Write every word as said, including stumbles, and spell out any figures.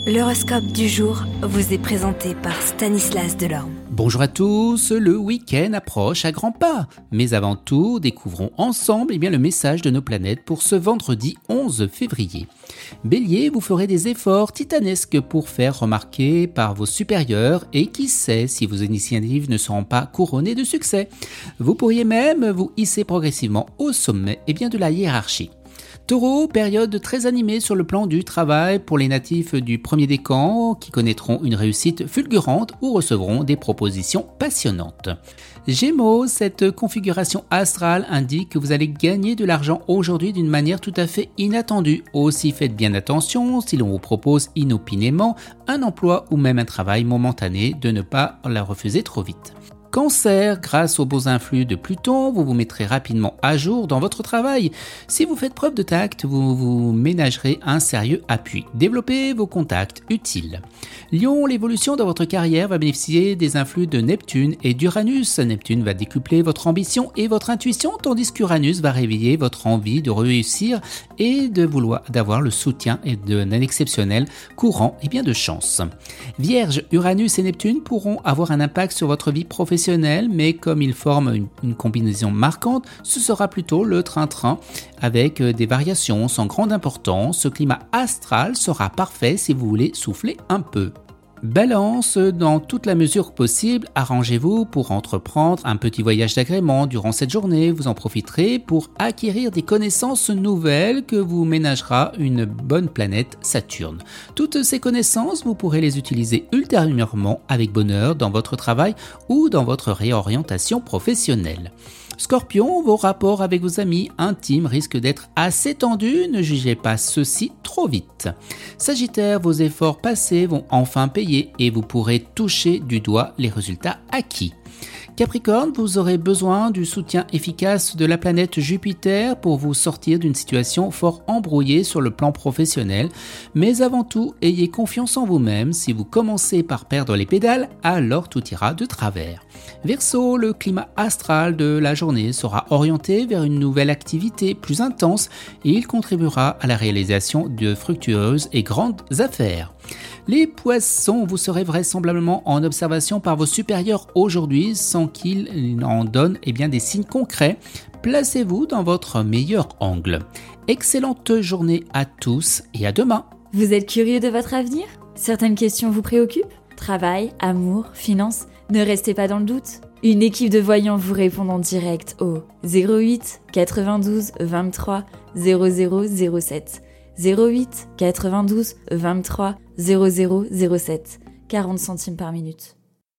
L'horoscope du jour vous est présenté par Stanislas Delorme. Bonjour à tous, le week-end approche à grands pas. Mais avant tout, découvrons ensemble eh bien, le message de nos planètes pour ce vendredi onze février. Bélier, vous ferez des efforts titanesques pour faire remarquer par vos supérieurs et qui sait si vos initiatives ne seront pas couronnées de succès. Vous pourriez même vous hisser progressivement au sommet eh bien, de la hiérarchie. Taureau, période très animée sur le plan du travail pour les natifs du premier décan qui connaîtront une réussite fulgurante ou recevront des propositions passionnantes. Gémeaux, cette configuration astrale indique que vous allez gagner de l'argent aujourd'hui d'une manière tout à fait inattendue. Aussi faites bien attention si l'on vous propose inopinément un emploi ou même un travail momentané de ne pas la refuser trop vite. Cancer, grâce aux beaux influx de Pluton, vous vous mettrez rapidement à jour dans votre travail. Si vous faites preuve de tact, vous vous ménagerez un sérieux appui. Développez vos contacts utiles. Lion, l'évolution dans votre carrière va bénéficier des influx de Neptune et d'Uranus. Neptune va décupler votre ambition et votre intuition, tandis qu'Uranus va réveiller votre envie de réussir et de vouloir d'avoir le soutien d'un exceptionnel courant et bien de chance. Vierge, Uranus et Neptune pourront avoir un impact sur votre vie professionnelle, mais comme ils forment une, une combinaison marquante, ce sera plutôt le train-train avec des variations sans grande importance. Ce climat astral sera parfait si vous voulez souffler un peu. Balance, dans toute la mesure possible, arrangez-vous pour entreprendre un petit voyage d'agrément durant cette journée. Vous en profiterez pour acquérir des connaissances nouvelles que vous ménagera une bonne planète Saturne. Toutes ces connaissances, vous pourrez les utiliser ultérieurement avec bonheur dans votre travail ou dans votre réorientation professionnelle. Scorpion, vos rapports avec vos amis intimes risquent d'être assez tendus, ne jugez pas ceci trop vite. Sagittaire, vos efforts passés vont enfin payer et vous pourrez toucher du doigt les résultats acquis. Capricorne, vous aurez besoin du soutien efficace de la planète Jupiter pour vous sortir d'une situation fort embrouillée sur le plan professionnel. Mais avant tout, ayez confiance en vous-même. Si vous commencez par perdre les pédales, alors tout ira de travers. Verseau, le climat astral de la journée sera orienté vers une nouvelle activité plus intense et il contribuera à la réalisation de fructueuses et grandes affaires. Les poissons, vous serez vraisemblablement en observation par vos supérieurs aujourd'hui sans qu'ils en donnent eh bien, des signes concrets. Placez-vous dans votre meilleur angle. Excellente journée à tous et à demain. Vous êtes curieux de votre avenir ? Certaines questions vous préoccupent ? Travail, amour, finances ? Ne restez pas dans le doute. Une équipe de voyants vous répond en direct au zéro huit quatre-vingt-douze vingt-trois zéro zéro zéro sept. zéro huit quatre-vingt-douze vingt-trois zéro zéro zéro sept, quarante centimes par minute.